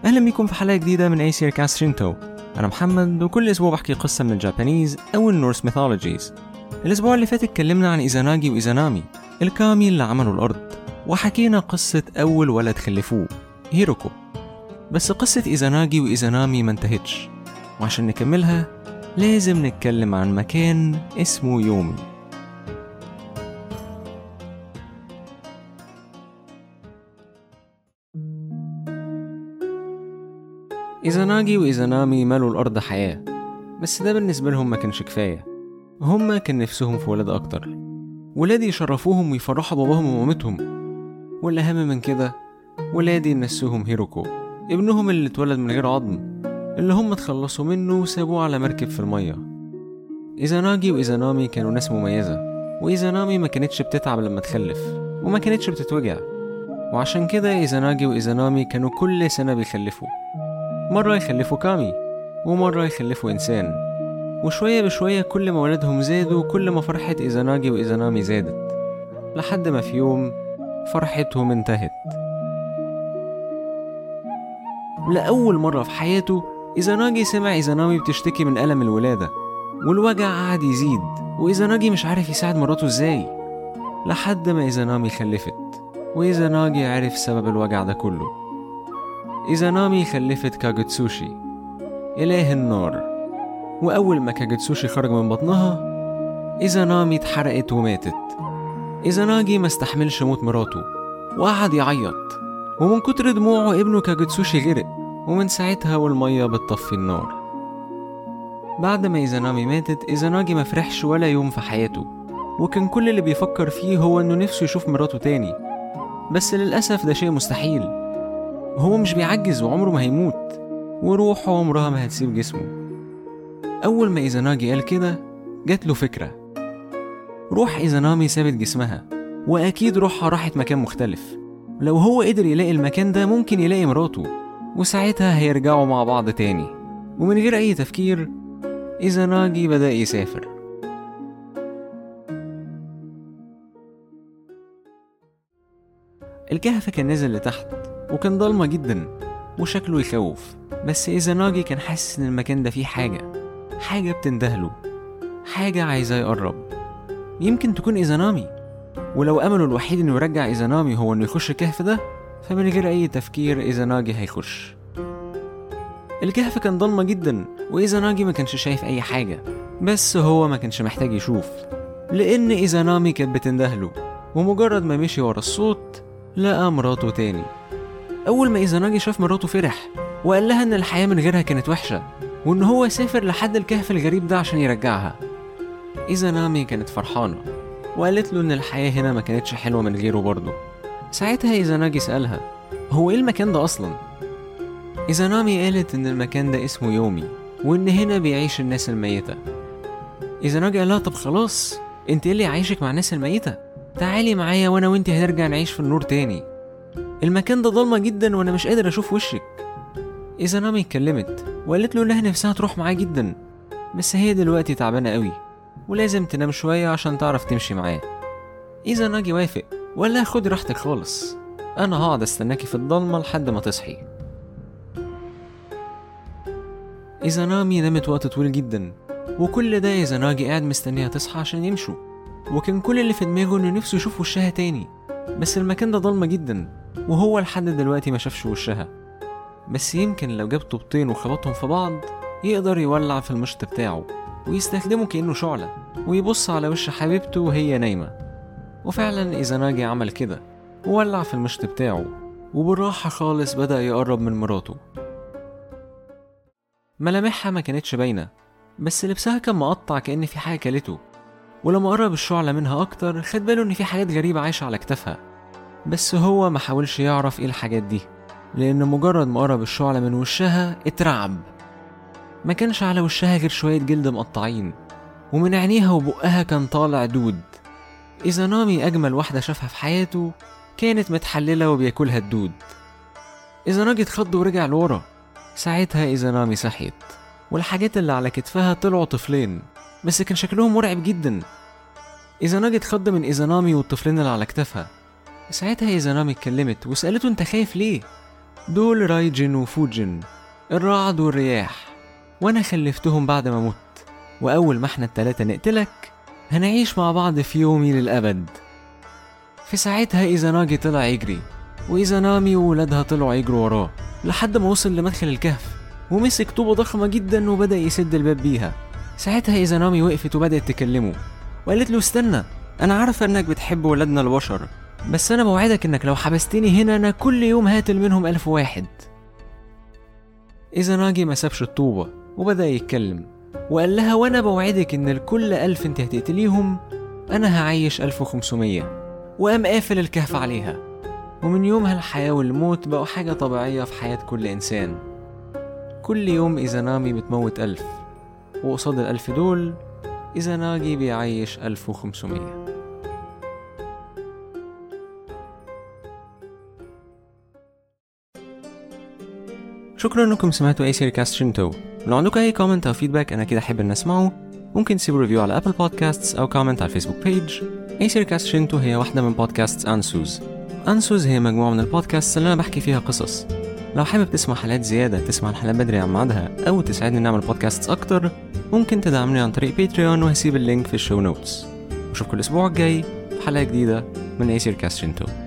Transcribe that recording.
أهلا بكم في حلقة جديدة من ايسير كاست شينتو. أنا محمد، وكل أسبوع بحكي قصة من الجابانيز أو النورس ميثولوجيز. الأسبوع اللي فات اتكلمنا عن إيزاناجي وإيزانامي، الكامي اللي عملوا الأرض، وحكينا قصة أول ولد خلفوه هيروكو. بس قصة إيزاناجي وإيزانامي ما انتهتش، وعشان نكملها لازم نتكلم عن مكان اسمه يومي. إيزاناجي وإيزانامي مالوا الأرض حياة، بس ده بالنسبة لهم ما كانش كفاية. هما كان نفسهم في ولد أكتر، ولاد يشرفوهم ويفرحوا باباهم ومامتهم، والأهم من كده ولاد ينسوهم هيروكو، ابنهم اللي اتولد من غير عظم، اللي هم اتخلصوا منه وسابوه على مركب في المية. إيزاناجي وإيزانامي كانوا ناس مميزة، وإيزانامي ما كانتش بتتعب لما تخلف، وما كانتش بتتوجع، وعشان كده إيزاناجي وإيزانامي كانوا كل سنة بيخلفوا. مرة يخلفوا كامي، ومرة يخلفوا إنسان، وشوية بشوية كل ما ولادهم زادوا كل ما فرحة إيزاناجي وإيزانامي زادت، لحد ما في يوم فرحتهم انتهت. لأول مرة في حياته إيزاناجي سمع إيزانامي بتشتكي من ألم الولادة، والوجع قعد يزيد، وإيزاناجي مش عارف يساعد مراته إزاي، لحد ما إيزانامي خلفت، وإيزاناجي عرف سبب الوجع ده كله. إيزانامي خلفت كاجوتسوشي، إله النار، وأول ما كاجوتسوشي خرج من بطنها إيزانامي اتحرقت وماتت. إيزاناجي ما استحملش موت مراته وقعد يعيط، ومن كتر دموعه ابنه كاجوتسوشي غرق، ومن ساعتها والمية بتطفي النار. بعد ما إيزانامي ماتت إيزاناجي ما فرحش ولا يوم في حياته، وكان كل اللي بيفكر فيه هو إنه نفسه يشوف مراته تاني، بس للأسف ده شيء مستحيل. هو مش بيعجز وعمره ما هيموت، وروحه عمرها ما هتسيب جسمه. أول ما إيزاناجي قال كده جات له فكرة. روح إيزانامي سابت جسمها، وأكيد روحها راحت مكان مختلف. لو هو قدر يلاقي المكان ده ممكن يلاقي مراته، وساعتها هيرجعوا مع بعض تاني. ومن غير أي تفكير إيزاناجي بدأ يسافر. الكهف كان نازل لتحت، وكان ضلمة جدا وشكله يخوف، بس إيزاناجي كان حاسس إن المكان ده فيه حاجة بتندهله، حاجة عايزاه يقرب. يمكن تكون إيزانامي، ولو أمله الوحيد إنه يرجع إيزانامي هو إنه يخش الكهف ده، فمن غير أي تفكير إيزاناجي هيخش. الكهف كان ضلمة جدا، وإيزاناجي ما كانش شايف أي حاجة، بس هو ما كانش محتاج يشوف، لأن إيزانامي كانت بتندهله، ومجرد ما مشي ورا الصوت لقى مراته تاني. أول ما إيزاناجي شاف مراته فرح، وقال لها إن الحياة من غيرها كانت وحشة، وإن هو سافر لحد الكهف الغريب ده عشان يرجعها. إيزانامي كانت فرحانة، وقالت له إن الحياة هنا ما كانتش حلوة من غيره برضه. ساعتها إيزاناجي سألها هو إيه المكان ده أصلا؟ إيزانامي قالت إن المكان ده اسمه يومي، وإن هنا بيعيش الناس الميتة. إيزاناجي قال لها طب خلاص، انت اللي عايشك مع الناس الميتة، تعالي معايا وانا وانت هنرجع نعيش في النور تاني. المكان ده ضلمة جدا وانا مش قادر اشوف وشك. إيزانامي اتكلمت وقالت له انها نفسها تروح معاه جدا، بس هي دلوقتي تعبانة قوي ولازم تنام شوية عشان تعرف تمشي معاه. إيزاناجي وافق وقال لها خدي راحتك خالص، انا هقعد استناكي في الضلمة لحد ما تصحي. إيزانامي نامت وقت طويل جدا، وكل ده إيزاناجي قاعد مستنيها تصحى عشان يمشوا، وكان كل اللي في دماغه انه نفسه يشوف وشها تاني، بس المكان ده ضلمة جدا وهو لحد دلوقتي ما شافش وشها. بس يمكن لو جاب طوبتين وخبطهم في بعض يقدر يولع في المشط بتاعه ويستخدمه كأنه شعلة، ويبص على وش حبيبته وهي نايمة. وفعلا إيزاناجي عمل كده وولع في المشط بتاعه، وبالراحة خالص بدأ يقرب من مراته. ملامحها ما كانتش باينة، بس لبسها كان مقطع كأن في حاجة كلته، ولما قرب الشعلة منها أكتر خد باله إن في حاجات غريبة عايشة على كتافها، بس هو ما حاولش يعرف إيه الحاجات دي، لأن مجرد ما قرب الشعلة من وشها اترعب. ما كانش على وشها غير شوية جلد مقطعين، ومن عينيها وبقها كان طالع دود. إيزانامي أجمل واحدة شافها في حياته كانت متحللة وبياكلها الدود. إيزاناجي اتخض ورجع لورا. ساعتها إيزانامي صحيت، والحاجات اللي على كتفها طلعوا طفلين، بس كان شكلهم مرعب جدا. إيزاناجي اتخض من إيزانامي والطفلين اللي على كتفها. ساعتها إيزانامي اتكلمت وسألته انت خايف ليه؟ دول رايجن وفوجن، الرعد والرياح، وأنا خلفتهم بعد ما مت، وأول ما احنا التلاتة نقتلك هنعيش مع بعض في يومي للأبد. في ساعتها إيزاناجي طلع يجري، وإيزانامي وولادها طلعوا يجروا وراه لحد ما وصل لمدخل الكهف، ومسك طوبة ضخمة جدا وبدأ يسد الباب بيها. ساعتها إيزانامي وقفت وبدأت تكلمه وقالت له استنى، أنا عارفة إنك بتحب ولادنا البشر، بس أنا بوعدك إنك لو حبستني هنا أنا كل يوم هاتل منهم 1000 واحد. إيزاناجي ما سابش الطوبة وبدأ يتكلم وقال لها وأنا بوعدك إن الكل 1000 انت هتقتليهم أنا هعيش 1500، وقام قافل الكهف عليها. ومن يومها الحياة والموت بقوا حاجة طبيعية في حياة كل إنسان. كل يوم إيزانامي بتموت 1000، وقصاد 1000 دول إيزاناجي بيعيش 1500. شكرا انكم سمعتوا ايسير كاست شنتو. لو عندكم اي كومنت او فيدباك انا كده احب ان اسمعه، ممكن تسيبوا ريفيو على ابل بودكاستس او كومنت على الفيسبوك بيج. ايسير كاست شنتو هي واحدة من بودكاست أنسوز هي مجموعة من البودكاست اللي انا بحكي فيها قصص. لو حابب تسمع حلقات زيادة، تسمع الحلقات بدري عن ميعادها، او تساعدني نعمل بودكاست اكتر، ممكن تدعمني عن طريق باتريون، وهسيب اللينك في الشو نوتس. واشوفكم الاسبوع الجاي في حلقة جديدة من ايسير كاست شنتو.